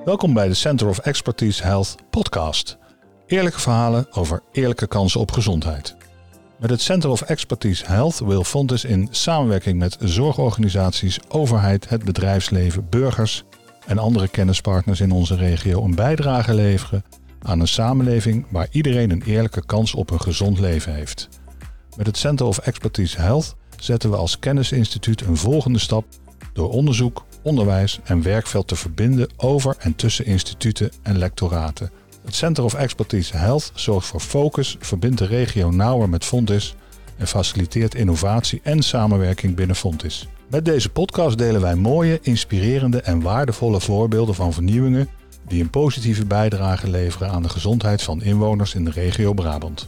Welkom bij de Center of Expertise Health podcast. Eerlijke verhalen over eerlijke kansen op gezondheid. Met het Center of Expertise Health wil Fontis in samenwerking met zorgorganisaties, overheid, het bedrijfsleven, burgers en andere kennispartners in onze regio een bijdrage leveren aan een samenleving waar iedereen een eerlijke kans op een gezond leven heeft. Met het Center of Expertise Health zetten we als kennisinstituut een volgende stap door onderzoek, onderwijs en werkveld te verbinden over en tussen instituten en lectoraten. Het Center of Expertise Health zorgt voor focus, verbindt de regio nauwer met Fontis en faciliteert innovatie en samenwerking binnen Fontis. Met deze podcast delen wij mooie, inspirerende en waardevolle voorbeelden van vernieuwingen die een positieve bijdrage leveren aan de gezondheid van inwoners in de regio Brabant.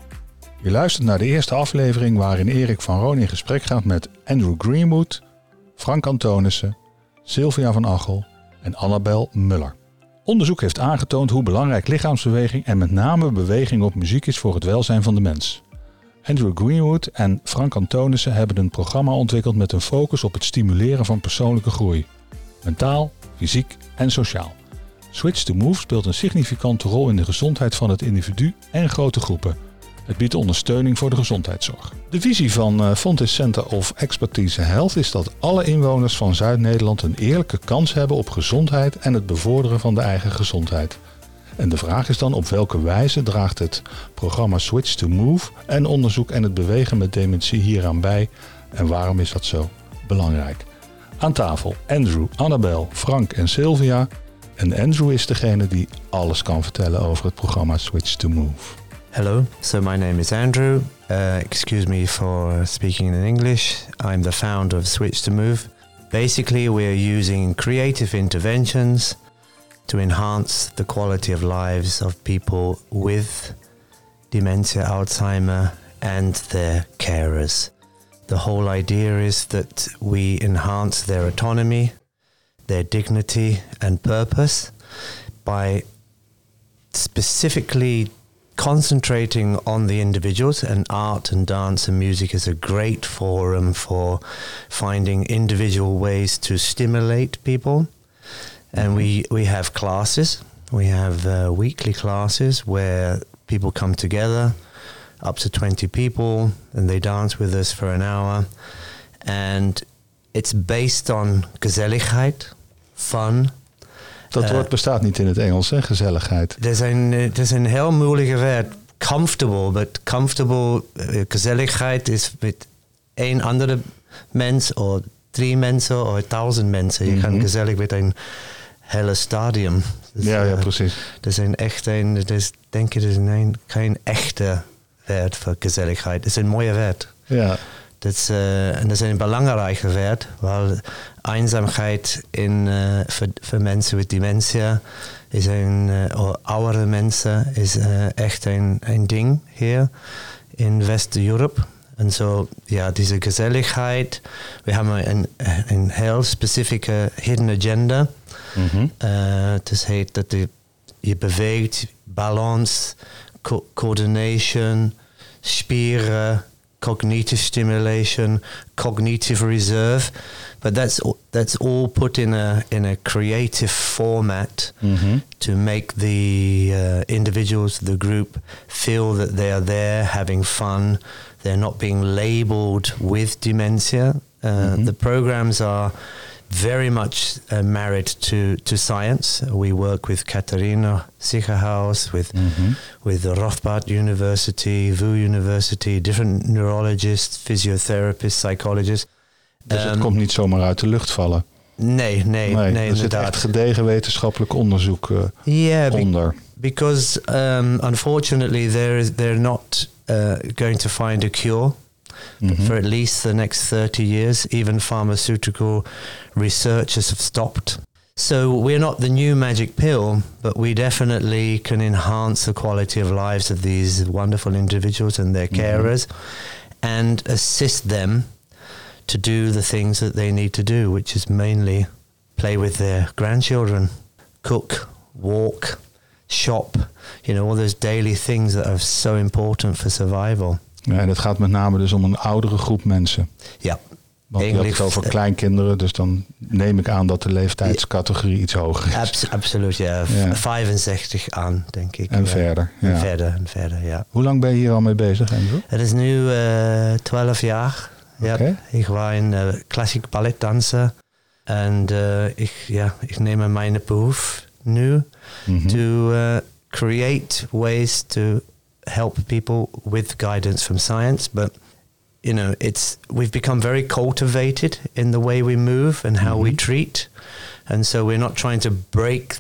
Je luistert naar de eerste aflevering waarin Erik van Roon in gesprek gaat met Andrew Greenwood, Frank Antonissen, Sylvia van Achel en Annabel Muller. Onderzoek heeft aangetoond hoe belangrijk lichaamsbeweging en met name beweging op muziek is voor het welzijn van de mens. Andrew Greenwood en Frank Antonissen hebben een programma ontwikkeld met een focus op het stimuleren van persoonlijke groei. Mentaal, fysiek en sociaal. Switch to Move speelt een significante rol in de gezondheid van het individu en grote groepen. Het biedt ondersteuning voor de gezondheidszorg. De visie van Fontis Center of Expertise Health is dat alle inwoners van Zuid-Nederland een eerlijke kans hebben op gezondheid en het bevorderen van de eigen gezondheid. En de vraag is dan op welke wijze draagt het programma Switch to Move en onderzoek en het bewegen met dementie hieraan bij en waarom is dat zo belangrijk? Aan tafel Andrew, Annabel, Frank en Sylvia. En Andrew is degene die alles kan vertellen over het programma Switch to Move. Hello, so my name is Andrew. Excuse me for speaking in English. I'm the founder of Switch to Move. Basically, we're using creative interventions to enhance the quality of lives of people with dementia, Alzheimer, and their carers. The whole idea is that we enhance their autonomy, their dignity and purpose by specifically concentrating on the individuals, and art and dance and music is a great forum for finding individual ways to stimulate people. And we have classes. We have weekly classes where people come together, up to 20 people, and they dance with us for an hour. And it's based on gezelligheid, fun. Dat woord bestaat niet in het Engels, hè? Gezelligheid. Er is een heel moeilijke woord. Comfortable, but comfortable, gezelligheid is met één andere mens, of 3 mensen, of 1000 mensen. Je kan gezellig met een hele stadium. Dus, ja, precies. Er zijn echt denk ik, geen echte woord voor gezelligheid. Het is een mooie woord. Ja. En dat is een belangrijke woord, want eenzaamheid voor mensen met dementie is of oudere mensen is echt een ding hier in West-Europa. En zo, ja, deze gezelligheid, we hebben een heel specifieke hidden agenda. Het heet dat je beweegt, balans, coördination, spieren, cognitive stimulation, cognitive reserve, but that's all put in a creative format to make the individuals, the group, feel that they are there having fun. They're not being labeled with dementia. The programs are very much married to science. We work with Katharina Ziekenhuis, with the Rothbard University, VU University, different neurologists, physiotherapists, psychologists. Dus het komt niet zomaar uit de lucht vallen? Nee, er zit echt gedegen wetenschappelijk onderzoek onder. Because unfortunately they're not going to find a cure. For at least the next 30 years. Even pharmaceutical researchers have stopped. So we're not the new magic pill, but we definitely can enhance the quality of lives of these wonderful individuals and their carers and assist them to do the things that they need to do, which is mainly play with their grandchildren, cook, walk, shop, all those daily things that are so important for survival. Ja, en het gaat met name dus om een oudere groep mensen. Ja. Want je had het over kleinkinderen, dus dan neem ik aan dat de leeftijdscategorie iets hoger is. Absoluut, ja. 65 aan, denk ik. En verder. Ja. En verder, ja. Hoe lang ben je hier al mee bezig, Andrew? Het is nu 12 jaar. Okay. Ja. Ik was een klassiek balletdanser. En ik neem mijn behoefte nu to create ways to help people with guidance from science. But we've become very cultivated in the way we move and how we treat, and so we're not trying to break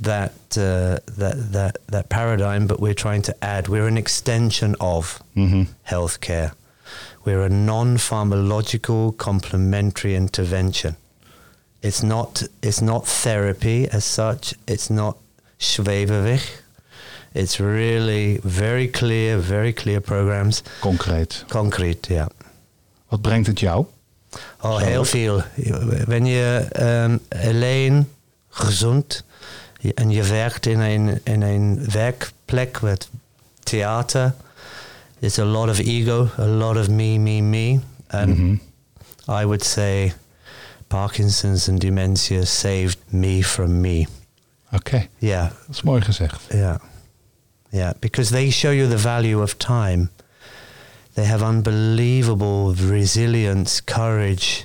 that paradigm, but we're trying to add. We're an extension of healthcare. We're a non-pharmacological complementary intervention. It's not therapy as such. It's not zweverig. It's really very clear programs. Concreet, ja. Wat brengt het jou? Oh, heel veel. Wanneer je alleen gezond en je werkt in een werkplek met theater, there's a lot of ego, a lot of me. And I would say Parkinson's and dementia saved me from me. Oké. Ja. Dat is mooi gezegd. Ja. Yeah, because they show you the value of time. They have unbelievable resilience, courage,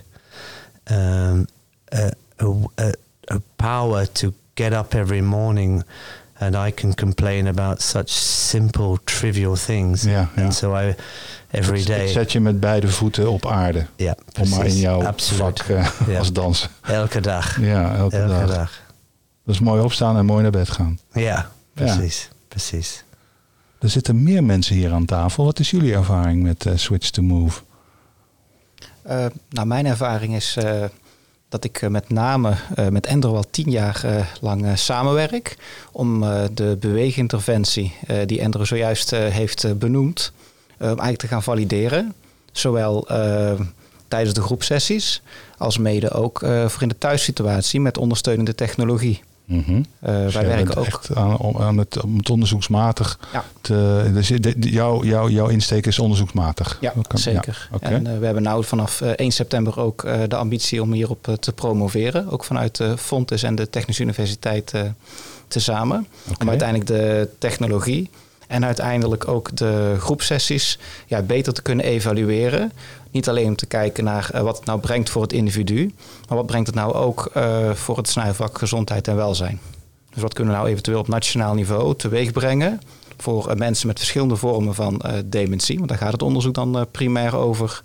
a power to get up every morning, and I can complain about such simple, trivial things. Ja. And so every day... Het zet je met beide voeten op aarde. Ja, precies. Om maar in jouw vak als danser. Elke dag. Ja, elke dag. Dus mooi opstaan en mooi naar bed gaan. Ja, precies. Er zitten meer mensen hier aan tafel. Wat is jullie ervaring met Switch to Move? Mijn ervaring is dat ik met name met Andrew al 10 jaar lang samenwerk om de beweeginterventie die Andrew zojuist heeft benoemd, eigenlijk te gaan valideren. Zowel tijdens de groepsessies als mede ook voor in de thuissituatie met ondersteunende technologie. Wij werken ook echt aan het onderzoeksmatig. Ja. Jouw insteek is onderzoeksmatig. Ja, zeker. Ja. Okay. En we hebben nu vanaf 1 september ook de ambitie om hierop te promoveren. Ook vanuit de Fontes en de Technische Universiteit tezamen. Okay. Om uiteindelijk de technologie en uiteindelijk ook de groepsessies beter te kunnen evalueren. Niet alleen om te kijken naar wat het nou brengt voor het individu, maar wat brengt het nou ook voor het snijvak gezondheid en welzijn. Dus wat kunnen we nou eventueel op nationaal niveau teweeg brengen voor mensen met verschillende vormen van dementie. Want daar gaat het onderzoek dan primair over.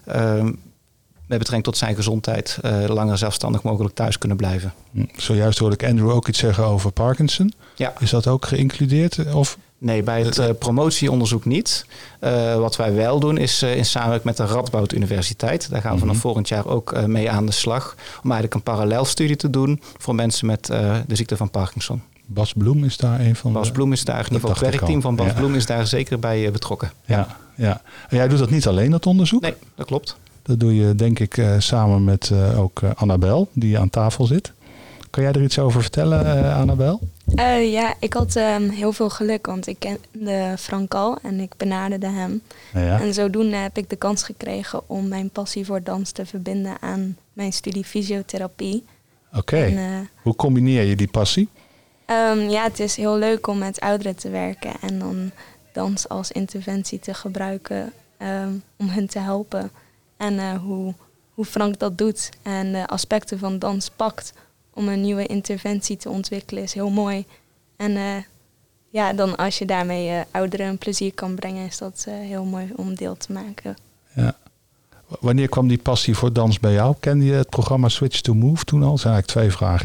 Met betrekking tot zijn gezondheid langer zelfstandig mogelijk thuis kunnen blijven. Zojuist hoorde ik Andrew ook iets zeggen over Parkinson. Ja. Is dat ook geïncludeerd? Of? Nee, bij het promotieonderzoek niet. Wat wij wel doen is in samenwerking met de Radboud Universiteit. Daar gaan we vanaf volgend jaar ook mee aan de slag. Om eigenlijk een parallelstudie te doen voor mensen met de ziekte van Parkinson. Bas Bloem is daar een van Bas Bloem is daar, in ieder geval het werkteam van Bas Bloem is daar zeker bij betrokken. Ja. En jij doet dat niet alleen, dat onderzoek? Nee, dat klopt. Dat doe je denk ik samen met ook Annabel, die aan tafel zit. Kan jij er iets over vertellen, Annabel? Ja, ik had heel veel geluk, want ik kende Frank al en ik benaderde hem. Ja. En zodoende heb ik de kans gekregen om mijn passie voor dans te verbinden aan mijn studie fysiotherapie. Oké. Hoe combineer je die passie? Het is heel leuk om met ouderen te werken en dan dans als interventie te gebruiken om hen te helpen. En hoe Frank dat doet en de aspecten van dans pakt om een nieuwe interventie te ontwikkelen is heel mooi. En dan als je daarmee ouderen een plezier kan brengen, is dat heel mooi om deel te maken. Ja. Wanneer kwam die passie voor dans bij jou? Kende je het programma Switch to Move toen al? Dat zijn eigenlijk 2 vragen.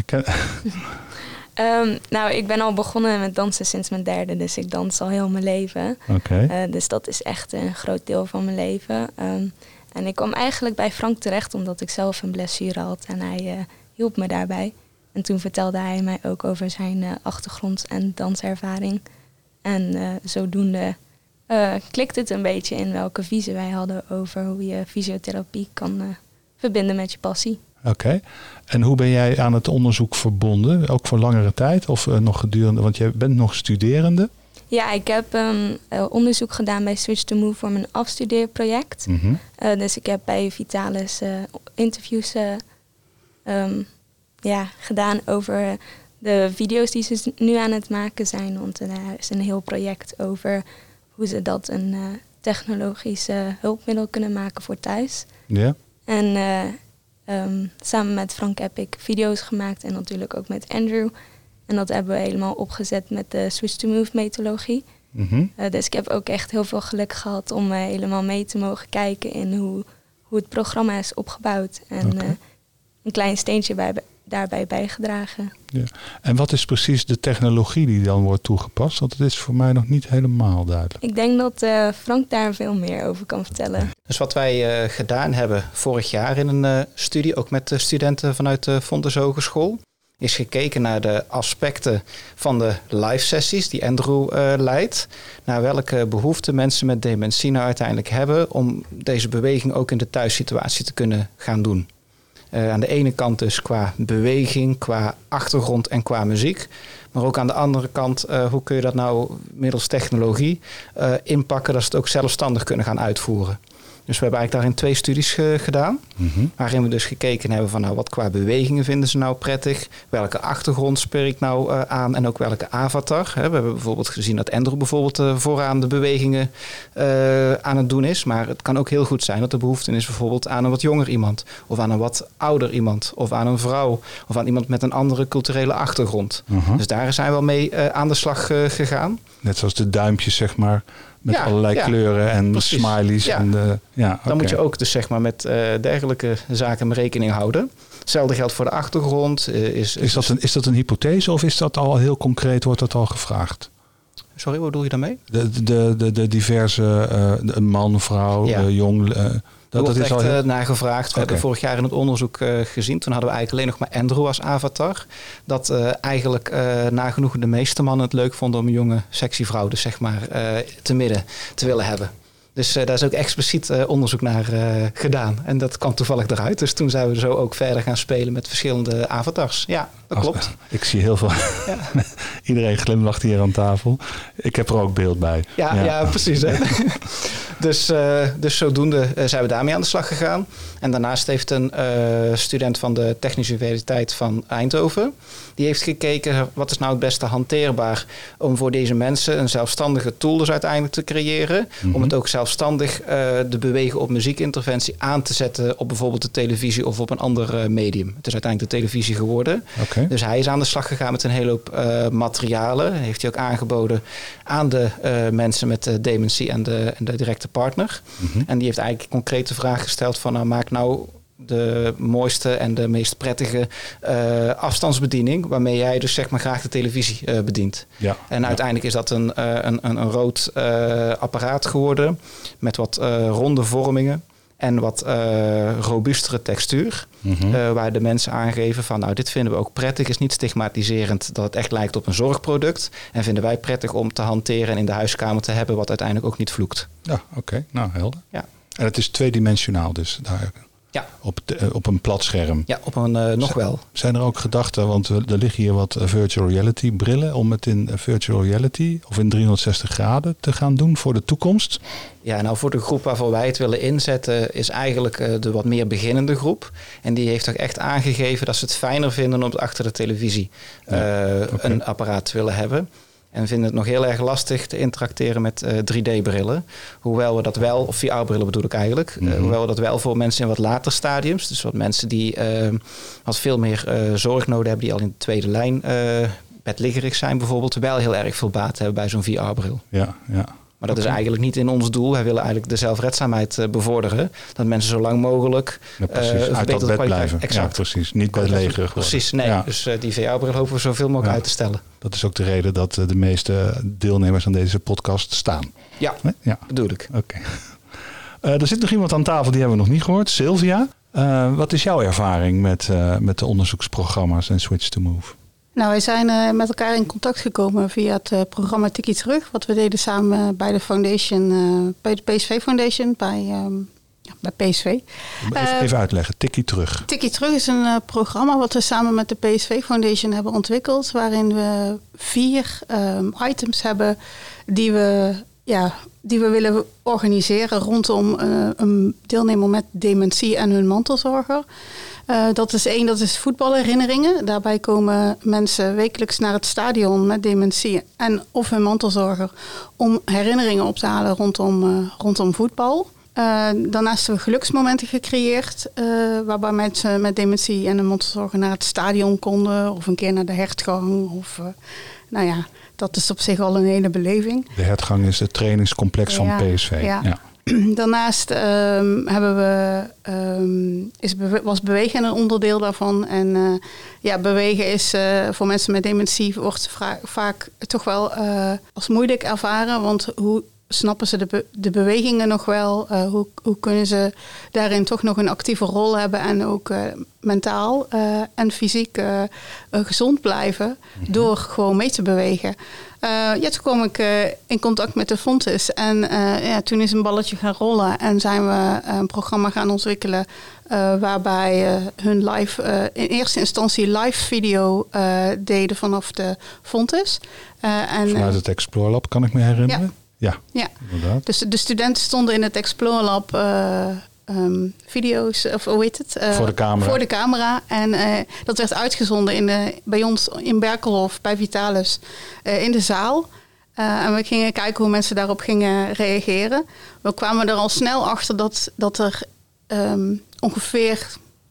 Ik ben al begonnen met dansen sinds mijn 3e, dus ik dans al heel mijn leven. Okay. Dus dat is echt een groot deel van mijn leven. En ik kwam eigenlijk bij Frank terecht omdat ik zelf een blessure had en hij hielp me daarbij. En toen vertelde hij mij ook over zijn achtergrond en danservaring. En zodoende klikt het een beetje in welke visie wij hadden over hoe je fysiotherapie kan verbinden met je passie. Oké. En hoe ben jij aan het onderzoek verbonden? Ook voor langere tijd of nog gedurende? Want jij bent nog studerende. Ja, ik heb onderzoek gedaan bij Switch to Move voor mijn afstudeerproject. Mm-hmm. Dus ik heb bij Vitalis interviews gedaan over de video's die ze nu aan het maken zijn. Want daar is een heel project over hoe ze dat een technologisch hulpmiddel kunnen maken voor thuis. Ja. En samen met Frank heb ik video's gemaakt en natuurlijk ook met Andrew. En dat hebben we helemaal opgezet met de Switch to Move methodologie. Mm-hmm. Dus ik heb ook echt heel veel geluk gehad om helemaal mee te mogen kijken in hoe het programma is opgebouwd. En een klein steentje daarbij bijgedragen. Ja. En wat is precies de technologie die dan wordt toegepast? Want het is voor mij nog niet helemaal duidelijk. Ik denk dat Frank daar veel meer over kan vertellen. Dus wat wij gedaan hebben vorig jaar in een studie, ook met de studenten vanuit de Fontys Hogeschool, is gekeken naar de aspecten van de live sessies die Andrew leidt. Naar welke behoeften mensen met dementie nou uiteindelijk hebben om deze beweging ook in de thuissituatie te kunnen gaan doen. Aan de ene kant dus qua beweging, qua achtergrond en qua muziek. Maar ook aan de andere kant, hoe kun je dat nou middels technologie inpakken dat ze het ook zelfstandig kunnen gaan uitvoeren. Dus we hebben eigenlijk daarin 2 studies gedaan. Mm-hmm. Waarin we dus gekeken hebben van wat qua bewegingen vinden ze nou prettig. Welke achtergrond spreekt nou aan en ook welke avatar. We hebben bijvoorbeeld gezien dat Andrew bijvoorbeeld vooraan de bewegingen aan het doen is. Maar het kan ook heel goed zijn dat de behoefte is bijvoorbeeld aan een wat jonger iemand. Of aan een wat ouder iemand. Of aan een vrouw. Of aan iemand met een andere culturele achtergrond. Uh-huh. Dus daar zijn we wel mee aan de slag gegaan. Net zoals de duimpjes, zeg maar. Met allerlei kleuren en precies. Smileys. Ja. En Dan moet je ook dus zeg maar met dergelijke zaken rekening houden. Hetzelfde geldt voor de achtergrond. Is dat een hypothese of is dat al heel concreet, wordt dat al gevraagd? Sorry, wat bedoel je daarmee? De diverse man, vrouw, jong. Dat is al heel... naar gevraagd. We hebben vorig jaar in het onderzoek gezien. Toen hadden we eigenlijk alleen nog maar Andrew als avatar. Dat eigenlijk nagenoeg de meeste mannen het leuk vonden om een jonge sexy vrouw dus zeg maar te midden te willen hebben. Dus daar is ook expliciet onderzoek naar gedaan. En dat kwam toevallig eruit. Dus toen zijn we zo ook verder gaan spelen met verschillende avatars. Ja, dat klopt. Ik zie heel veel. Ja. Iedereen glimlacht hier aan tafel. Ik heb er ook beeld bij. Ja, precies. Hè? Dus zodoende zijn we daarmee aan de slag gegaan. En daarnaast heeft een student van de Technische Universiteit van Eindhoven, die heeft gekeken wat is nou het beste hanteerbaar om voor deze mensen een zelfstandige tool dus uiteindelijk te creëren. Mm-hmm. Om het ook zelfstandig de bewegen op muziekinterventie aan te zetten op bijvoorbeeld de televisie of op een ander medium. Het is uiteindelijk de televisie geworden. Okay. Dus hij is aan de slag gegaan met een hele hoop materialen. Heeft hij ook aangeboden aan de mensen met dementie en de directe partner. Mm-hmm. En die heeft eigenlijk concreet de vraag gesteld van maak nou de mooiste en de meest prettige afstandsbediening waarmee jij dus zeg maar graag de televisie bedient. Ja, en uiteindelijk is dat een rood apparaat geworden met wat ronde vormingen en wat robuustere textuur. Mm-hmm. Waar de mensen aangeven van dit vinden we ook prettig. Is niet stigmatiserend dat het echt lijkt op een zorgproduct. En vinden wij prettig om te hanteren en in de huiskamer te hebben wat uiteindelijk ook niet vloekt. Ja, oké. Nou, helder. Ja. En het is tweedimensionaal dus daar. Ja. Op een plat scherm. Ja, op een nog wel. Zijn er ook gedachten, want er liggen hier wat virtual reality brillen om het in virtual reality of in 360 graden te gaan doen voor de toekomst? Ja, nou voor de groep waarvoor wij het willen inzetten is eigenlijk de wat meer beginnende groep. En die heeft toch echt aangegeven dat ze het fijner vinden om achter de televisie een apparaat te willen hebben. En vinden het nog heel erg lastig te interacteren met 3D-brillen. Hoewel we dat wel, of VR-brillen bedoel ik eigenlijk. Mm-hmm. Hoewel we dat wel voor mensen in wat later stadiums. Dus wat mensen die wat veel meer zorg nodig hebben. Die al in de tweede lijn bedliggerig zijn bijvoorbeeld. Wel heel erg veel baat hebben bij zo'n VR-bril. Ja. Maar dat is eigenlijk niet in ons doel. Wij willen eigenlijk de zelfredzaamheid bevorderen. Dat mensen zo lang mogelijk uit dat bed blijven. Exact. Ja, precies. Niet bedlegerig worden. Precies, nee. Ja. Dus die VR-bril hopen we zoveel mogelijk uit te stellen. Dat is ook de reden dat de meeste deelnemers aan deze podcast staan. Ja, bedoel ik. Oké. Er zit nog iemand aan tafel, die hebben we nog niet gehoord. Sylvia, wat is jouw ervaring met de onderzoeksprogramma's en Switch to Move? Nou, wij zijn met elkaar in contact gekomen via het programma Tikkie Terug. Wat we deden samen bij de Foundation, bij de PSV Foundation, bij bij PSV. Even uitleggen, Tikkie Terug. Tikkie Terug is een programma wat we samen met de PSV Foundation hebben ontwikkeld. Waarin we 4 items hebben die we willen organiseren rondom een deelnemer met dementie en hun mantelzorger. Dat is voetbalherinneringen. Daarbij komen mensen wekelijks naar het stadion met dementie en of hun mantelzorger om herinneringen op te halen rondom voetbal. Daarnaast hebben we geluksmomenten gecreëerd waarbij mensen met dementie en een mantelzorger naar het stadion konden of een keer naar de hertgang. Dat is op zich al een hele beleving. De hertgang is het trainingscomplex van PSV. Ja. Daarnaast was bewegen een onderdeel daarvan. En bewegen is voor mensen met dementie wordt vaak toch wel als moeilijk ervaren. Want hoe snappen ze de bewegingen nog wel? Hoe kunnen ze daarin toch nog een actieve rol hebben en ook mentaal en fysiek gezond blijven door gewoon mee te bewegen? Toen kwam ik in contact met de Fontis en toen is een balletje gaan rollen en zijn we een programma gaan ontwikkelen waarbij hun live, in eerste instantie live video deden vanaf de Fontis. Vanuit het Explore Lab, kan ik me herinneren? Ja, inderdaad. Dus de studenten stonden in het Explore Lab video's, of hoe heet het? Voor de camera. En dat werd uitgezonden bij ons in Berkelhof, bij Vitalis, in de zaal. En we gingen kijken hoe mensen daarop gingen reageren. We kwamen er al snel achter dat er ongeveer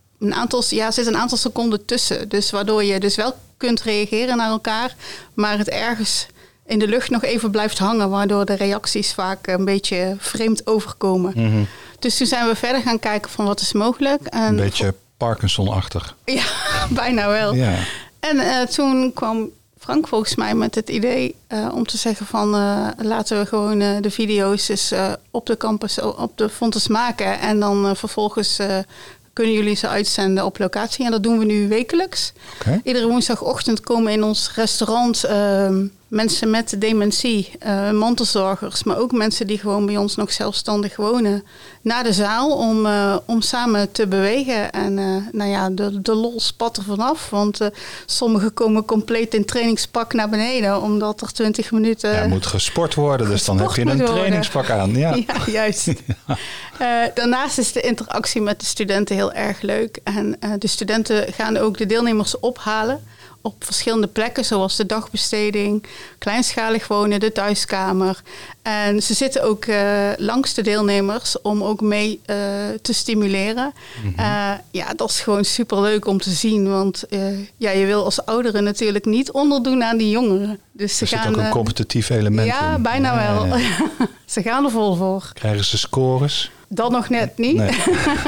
zit een aantal seconden tussen. Dus waardoor je dus wel kunt reageren naar elkaar, maar het ergens in de lucht nog even blijft hangen, waardoor de reacties vaak een beetje vreemd overkomen. Mm-hmm. Dus toen zijn we verder gaan kijken van wat is mogelijk. Een beetje Parkinson-achtig. Ja, bijna wel. Ja. En toen kwam Frank volgens mij met het idee om te zeggen van laten we gewoon de video's eens op de campus, op de Fontis maken. En dan vervolgens kunnen jullie ze uitzenden op locatie. En dat doen we nu wekelijks. Okay. Iedere woensdagochtend komen in ons restaurant mensen met dementie, mantelzorgers, maar ook mensen die gewoon bij ons nog zelfstandig wonen, naar de zaal om samen te bewegen. En de lol spat er vanaf, want sommigen komen compleet in trainingspak naar beneden, omdat er 20 minuten... Ja, moet gesport worden, dus dan heb je een trainingspak aan. Ja, ja juist. Ja. Daarnaast is de interactie met de studenten heel erg leuk. En de studenten gaan ook de deelnemers ophalen op verschillende plekken, zoals de dagbesteding, kleinschalig wonen, de thuiskamer. En ze zitten ook langs de deelnemers om ook mee te stimuleren. Mm-hmm. Dat is gewoon superleuk om te zien, want je wil als ouderen natuurlijk niet onderdoen aan die jongeren. Dus er zit ook een competitief element in. Ja, bijna wel. Ja. Ze gaan er vol voor. Krijgen ze scores? Dat nog net niet. Nee.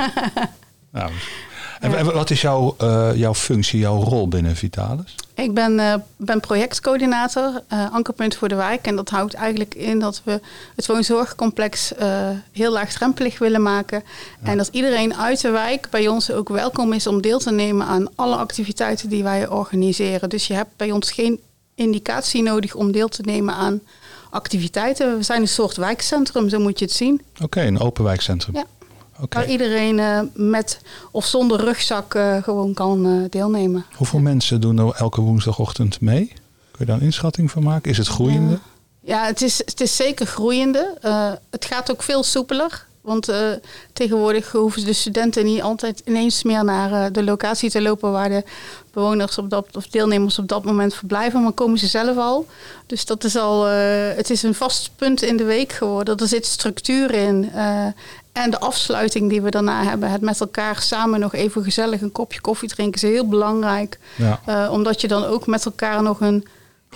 Nou, en wat is jouw functie, jouw rol binnen Vitalis? Ik ben projectcoördinator, Ankerpunt voor de Wijk. En dat houdt eigenlijk in dat we het woonzorgcomplex heel laagdrempelig willen maken. Ja. En dat iedereen uit de wijk bij ons ook welkom is om deel te nemen aan alle activiteiten die wij organiseren. Dus je hebt bij ons geen indicatie nodig om deel te nemen aan activiteiten. We zijn een soort wijkcentrum, zo moet je het zien. Oké, een open wijkcentrum. Ja. Okay. Waar iedereen met of zonder rugzak gewoon kan deelnemen. Hoeveel mensen doen er elke woensdagochtend mee? Kun je daar een inschatting van maken? Is het groeiende? Ja, het is zeker groeiende. Het gaat ook veel soepeler. Want tegenwoordig hoeven de studenten niet altijd ineens meer naar de locatie te lopen waar de bewoners of deelnemers op dat moment verblijven, maar komen ze zelf al. Dus dat is het is een vast punt in de week geworden. Er zit structuur in. En de afsluiting die we daarna hebben, het met elkaar samen nog even gezellig een kopje koffie drinken, is heel belangrijk. Ja. Omdat je dan ook met elkaar nog een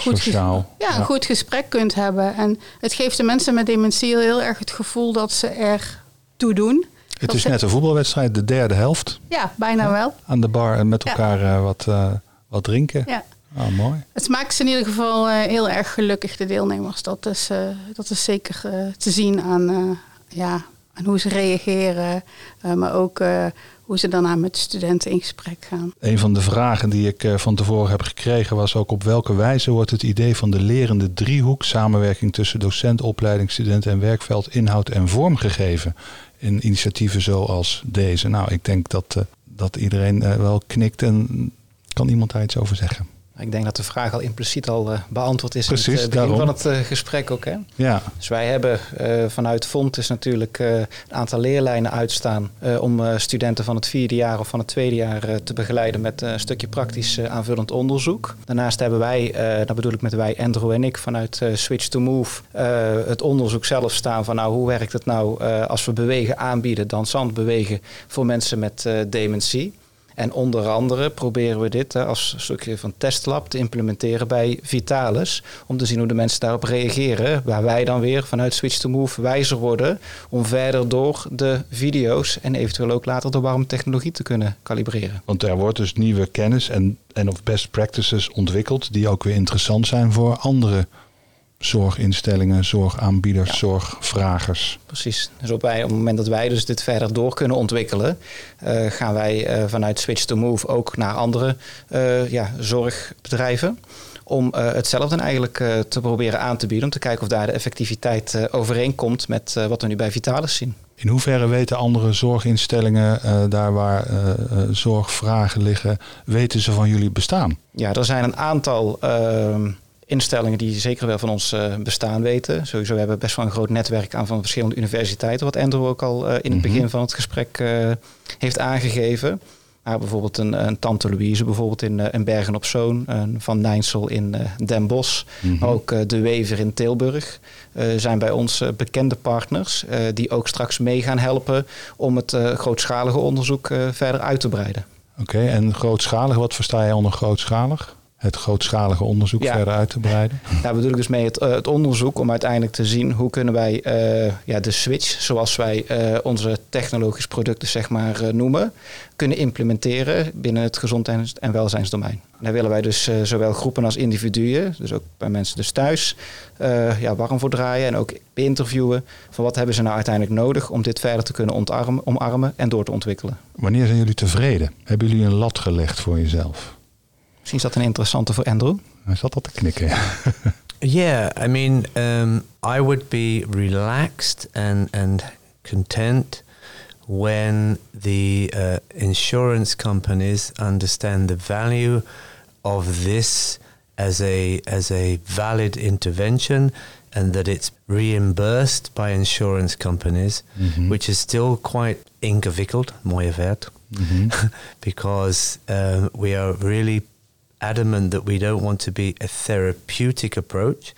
goed gesprek kunt hebben. En het geeft de mensen met dementie heel erg het gevoel dat ze er toe doen. Het is net een voetbalwedstrijd, de derde helft. Ja, bijna wel. Aan de bar en met elkaar wat drinken. Ja. Oh, mooi. Het maakt ze in ieder geval heel erg gelukkig, de deelnemers. Dat is zeker te zien aan hoe ze reageren, maar ook hoe ze daarna met de studenten in gesprek gaan. Een van de vragen die ik van tevoren heb gekregen was ook: op welke wijze wordt het idee van de lerende driehoek, samenwerking tussen docent, opleiding, student en werkveld, inhoud en vorm gegeven? in initiatieven zoals deze? Nou, ik denk dat iedereen wel knikt en kan iemand daar iets over zeggen? Ik denk dat de vraag al impliciet beantwoord is. Precies, in het begin daarom. van het gesprek ook. Hè? Ja. Dus wij hebben vanuit Fontis natuurlijk een aantal leerlijnen uitstaan om studenten van het 4e jaar of van het 2e jaar te begeleiden met een stukje praktisch aanvullend onderzoek. Daarnaast hebben wij, dat bedoel ik met wij, Andrew en ik, vanuit Switch to Move het onderzoek zelf staan van hoe werkt het nou als we bewegen aanbieden, dansant bewegen voor mensen met dementie. En onder andere proberen we dit als stukje van testlab te implementeren bij Vitalis. Om te zien hoe de mensen daarop reageren. Waar wij dan weer vanuit Switch to Move wijzer worden. Om verder door de video's en eventueel ook later de warme technologie te kunnen kalibreren. Want er wordt dus nieuwe kennis en of best practices ontwikkeld. Die ook weer interessant zijn voor andere zorginstellingen, zorgaanbieders, zorgvragers. Precies. Dus op het moment dat wij dus dit verder door kunnen ontwikkelen, gaan wij vanuit Switch to Move ook naar andere zorgbedrijven. Om hetzelfde eigenlijk te proberen aan te bieden. Om te kijken of daar de effectiviteit overeenkomt met wat we nu bij Vitalis zien. In hoeverre weten andere zorginstellingen, daar waar zorgvragen liggen, weten ze van jullie bestaan? Ja, er zijn een aantal instellingen die zeker wel van ons bestaan weten. Sowieso hebben we best wel een groot netwerk aan van verschillende universiteiten. Wat Andrew ook al in het begin van het gesprek heeft aangegeven. Maar bijvoorbeeld een Tante Louise bijvoorbeeld in Bergen op Zoom. Van Nijnsel in Den Bosch. Maar ook de Wever in Tilburg. Zijn bij ons bekende partners. Die ook straks mee gaan helpen om het grootschalige onderzoek verder uit te breiden. Oké, en grootschalig, wat versta je onder grootschalig? Het grootschalige onderzoek verder uit te breiden? Daar bedoel ik dus mee het onderzoek om uiteindelijk te zien hoe kunnen wij de switch, zoals wij onze technologische producten zeg maar noemen, kunnen implementeren binnen het gezondheids- en welzijnsdomein. Daar willen wij dus zowel groepen als individuen, dus ook bij mensen dus thuis, warm voor draaien en ook beïnterviewen van wat hebben ze nou uiteindelijk nodig om dit verder te kunnen omarmen en door te ontwikkelen. Wanneer zijn jullie tevreden? Hebben jullie een lat gelegd voor jezelf? Misschien is dat een interessante voor Andrew. Hij zat al te knikken. Yeah, I mean, I would be relaxed and content when the insurance companies understand the value of this as a valid intervention and that it's reimbursed by insurance companies, which is still quite ingewikkeld, mooie woord, because we are really adamant that we don't want to be a therapeutic approach.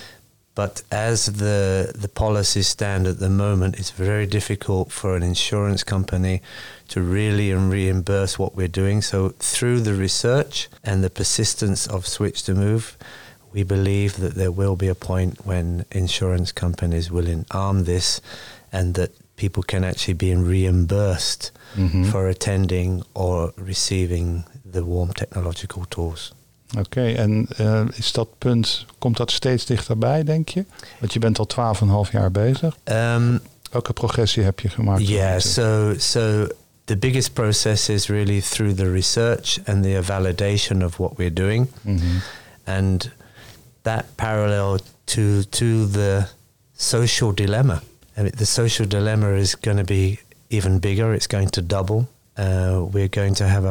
But as the policies stand at the moment, it's very difficult for an insurance company to really reimburse what we're doing. So through the research and the persistence of Switch to Move, we believe that there will be a point when insurance companies will arm this and that people can actually be reimbursed for attending or receiving the warm technological tools. Oké, en is dat punt, komt dat steeds dichterbij, denk je? Want je bent al 12,5 jaar bezig. Welke progressie heb je gemaakt? Yeah, so the biggest process is really through the research and the validation of what we're doing. And that parallel to the social dilemma. I mean, the social dilemma is going to be even bigger. It's going to double. We're going to have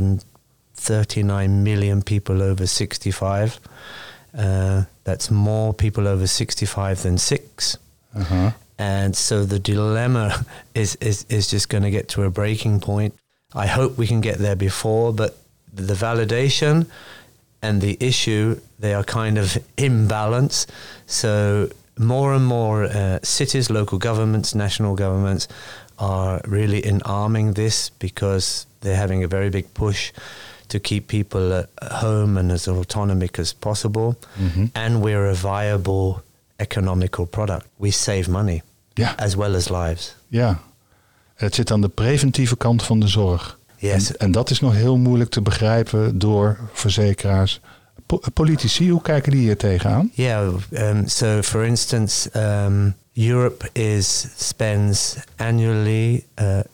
139 million people over 65. That's more people over 65 than 6. And so the dilemma is just going to get to a breaking point. I hope we can get there before, but the validation and the issue, they are kind of imbalance. So more and more cities, local governments, national governments are really arming this because they're having a very big push to keep people at home and as autonomic as possible. And we're a viable economical product. We save money as well as lives. Ja, het zit aan de preventieve kant van de zorg. Yes. En dat is nog heel moeilijk te begrijpen door verzekeraars. Politici, hoe kijken die hier tegenaan? Yeah, so for instance, Europe spends annually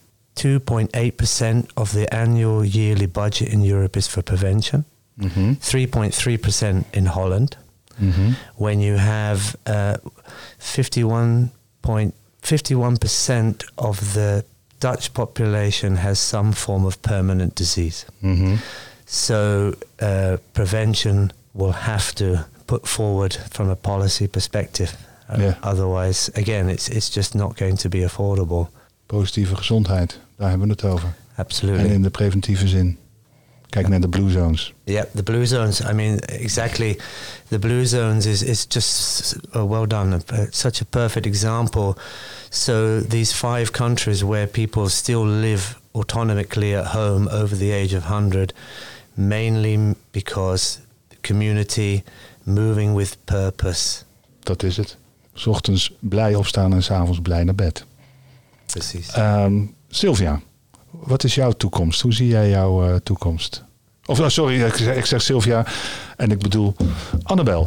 2.8% of the annual yearly budget in Europe is for prevention. 3.3% in Holland. When you have 51.2% 51% of the Dutch population has some form of permanent disease. Mhm. So prevention will have to put forward from a policy perspective. Yeah. Otherwise, again, it's just not going to be affordable. Positieve gezondheid, daar hebben we het over. Absolutely. En in de preventieve zin. Kijk naar de Blue Zones. Yeah, the Blue Zones. I mean, exactly. The Blue Zones is just well done. Such a perfect example. So these 5 countries where people still live autonomically at home over the age of 100, mainly because the community moving with purpose. Dat is het. 's Ochtends blij opstaan en 's avonds blij naar bed. Precies. Sylvia, wat is jouw toekomst? Hoe zie jij jouw toekomst? Of sorry, ik zeg Sylvia en ik bedoel Annabel.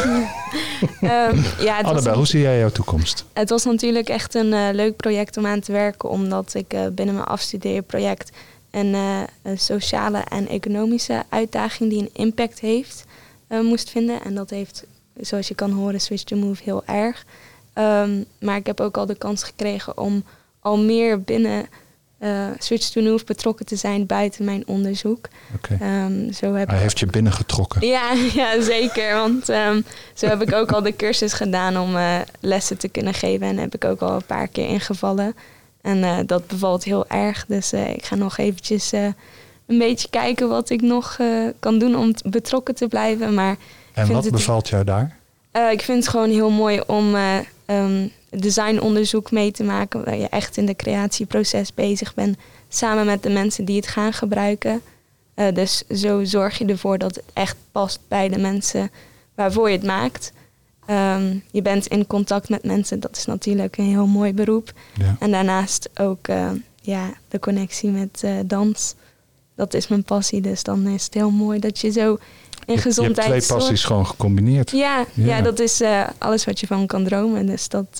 Annabel, hoe zie jij jouw toekomst? Het was natuurlijk echt een leuk project om aan te werken, omdat ik binnen mijn afstudeerproject een sociale en economische uitdaging die een impact heeft moest vinden. En dat heeft, zoals je kan horen, Switch to Move heel erg. Maar ik heb ook al de kans gekregen om al meer binnen Switch to Move betrokken te zijn buiten mijn onderzoek. Okay. Hij heeft je binnengetrokken. Ja, zeker. Want zo heb ik ook al de cursus gedaan om lessen te kunnen geven. En heb ik ook al een paar keer ingevallen. En dat bevalt heel erg. Dus ik ga nog eventjes een beetje kijken wat ik nog kan doen om betrokken te blijven. Maar en wat bevalt jou daar? Ik vind het gewoon heel mooi om designonderzoek mee te maken, waar je echt in de creatieproces bezig bent, samen met de mensen die het gaan gebruiken. Dus zo zorg je ervoor dat het echt past bij de mensen waarvoor je het maakt. Je bent in contact met mensen, dat is natuurlijk een heel mooi beroep. Ja. En daarnaast ook de connectie met dans. Dat is mijn passie, dus dan is het heel mooi dat je zo in gezondheid... Je hebt 2 passies gewoon gecombineerd. Ja, dat is alles wat je van kan dromen. Dus dat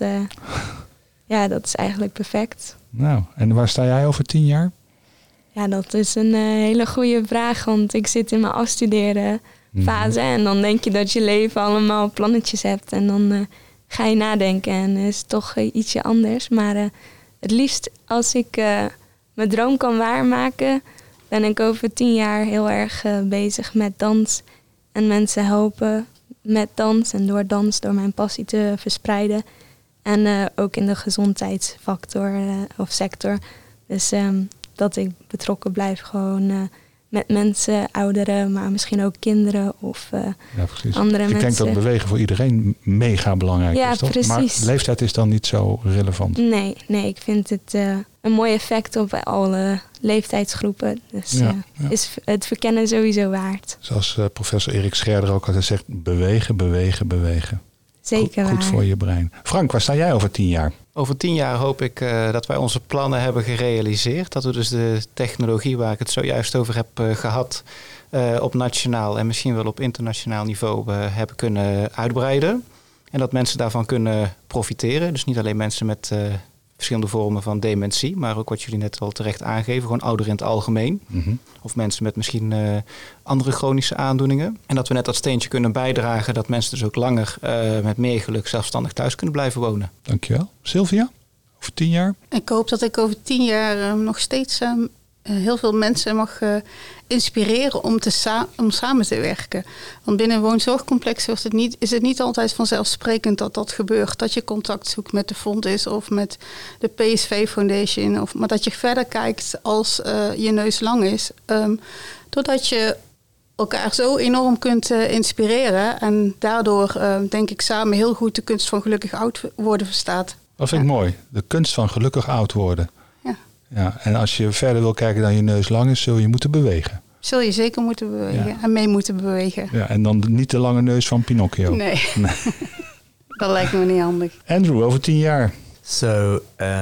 is eigenlijk perfect. Nou, en waar sta jij over 10 jaar? Ja, dat is een hele goede vraag. Want ik zit in mijn afstuderen fase. En dan denk je dat je leven allemaal plannetjes hebt. En dan ga je nadenken. En is het toch ietsje anders. Maar het liefst als ik mijn droom kan waarmaken, ben ik over 10 jaar heel erg bezig met dans. En mensen helpen met dans en door mijn passie te verspreiden. En ook in de gezondheidsfactor of sector. Dus dat ik betrokken blijf gewoon met mensen, ouderen, maar misschien ook kinderen of andere mensen. Ik denk dat bewegen voor iedereen mega belangrijk is, toch? Precies. Maar leeftijd is dan niet zo relevant. Nee, ik vind het een mooi effect op alle leeftijdsgroepen. Dus is het verkennen sowieso waard. Zoals professor Erik Scherder ook altijd zegt, bewegen. Zeker goed voor je brein. Frank, waar sta jij over 10 jaar? Over 10 jaar hoop ik dat wij onze plannen hebben gerealiseerd. Dat we dus de technologie waar ik het zojuist over heb gehad op nationaal en misschien wel op internationaal niveau hebben kunnen uitbreiden. En dat mensen daarvan kunnen profiteren. Dus niet alleen mensen met verschillende vormen van dementie, maar ook wat jullie net al terecht aangeven, gewoon ouderen in het algemeen. Mm-hmm. Of mensen met misschien andere chronische aandoeningen. En dat we net dat steentje kunnen bijdragen dat mensen dus ook langer met meer geluk zelfstandig thuis kunnen blijven wonen. Dankjewel. Sylvia, over 10 jaar? Ik hoop dat ik over 10 jaar nog steeds heel veel mensen mag inspireren om samen te werken. Want binnen een woonzorgcomplex is het niet altijd vanzelfsprekend dat gebeurt. Dat je contact zoekt met de Fontis of met de PSV Foundation. Maar dat je verder kijkt als je neus lang is. Doordat je elkaar zo enorm kunt inspireren. En daardoor denk ik samen heel goed de kunst van gelukkig oud worden verstaat. Dat vind ik mooi. De kunst van gelukkig oud worden. Ja, en als je verder wil kijken dan je neus lang is, zul je moeten bewegen. Zul je zeker moeten bewegen en mee moeten bewegen. Ja, en dan niet de lange neus van Pinocchio. Nee. Dat lijkt me niet handig. Andrew, over 10 jaar. So,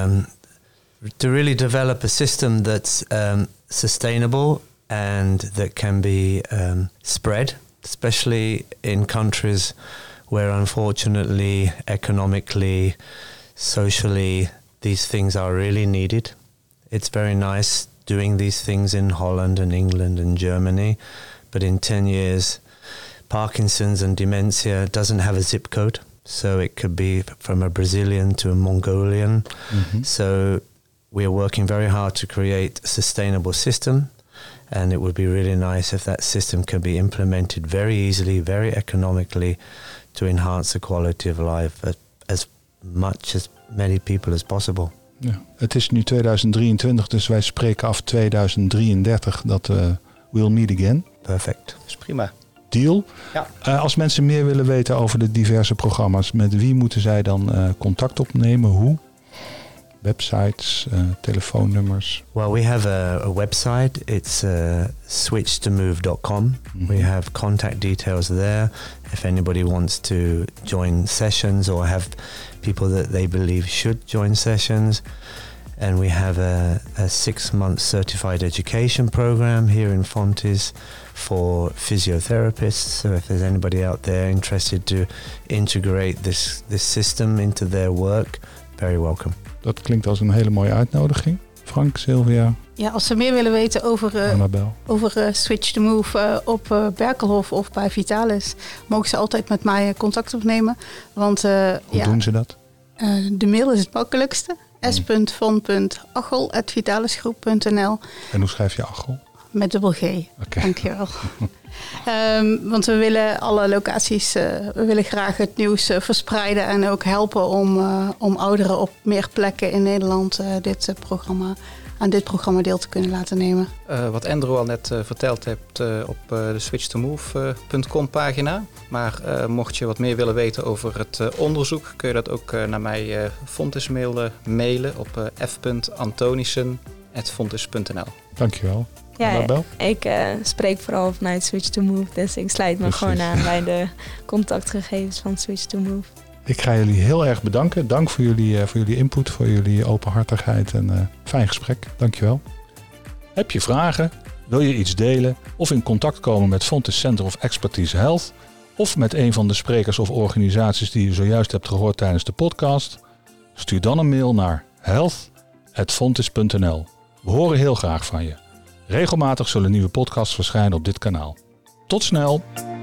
to really develop a system that's sustainable and that can be spread, especially in countries where unfortunately, economically, socially, these things are really needed. It's very nice doing these things in Holland and England and Germany, but in 10 years, Parkinson's and dementia doesn't have a zip code. So it could be from a Brazilian to a Mongolian. Mm-hmm. So we are working very hard to create a sustainable system. And it would be really nice if that system can be implemented very easily, very economically, to enhance the quality of life as much as many people as possible. Ja, het is nu 2023, dus wij spreken af 2033 dat we'll meet again. Perfect. Dat is prima. Deal. Ja. Als mensen meer willen weten over de diverse programma's, met wie moeten zij dan contact opnemen? Hoe? Websites, telefoonnummers? Well, we have a website. It's switchtomove.com. Mm-hmm. We have contact details there. If anybody wants to join sessions or have people that they believe should join sessions. And we have a 6-month certified education program here in Fontys for physiotherapists. So if there's anybody out there interested to integrate this system into their work, very welcome. Dat klinkt als een hele mooie uitnodiging. Frank, Sylvia. Ja, als ze meer willen weten over Switch to Move op Berkelhof of bij Vitalis, mogen ze altijd met mij contact opnemen. Want, Hoe doen ze dat? De mail is het makkelijkste. s.von.achel@vitalisgroep.nl. En hoe schrijf je Achel? Met dubbel G. Okay. Dankjewel. Want we willen alle locaties, we willen graag het nieuws verspreiden en ook helpen om ouderen op meer plekken in Nederland aan dit programma deel te kunnen laten nemen. Wat Andrew al net verteld hebt op de switchtomove.com pagina. Maar mocht je wat meer willen weten over het onderzoek, kun je dat ook naar mij Fontys mailen op f.antonissen@fontys.nl. Dankjewel. Ja, ik spreek vooral vanuit Switch to Move, dus ik sluit me gewoon aan bij de contactgegevens van Switch to Move. Ik ga jullie heel erg bedanken. Dank voor jullie input, voor jullie openhartigheid en fijn gesprek. Dankjewel. Heb je vragen? Wil je iets delen? Of in contact komen met Fontys Center of Expertise Health? Of met een van de sprekers of organisaties die je zojuist hebt gehoord tijdens de podcast? Stuur dan een mail naar health@fontys.nl. We horen heel graag van je. Regelmatig zullen nieuwe podcasts verschijnen op dit kanaal. Tot snel!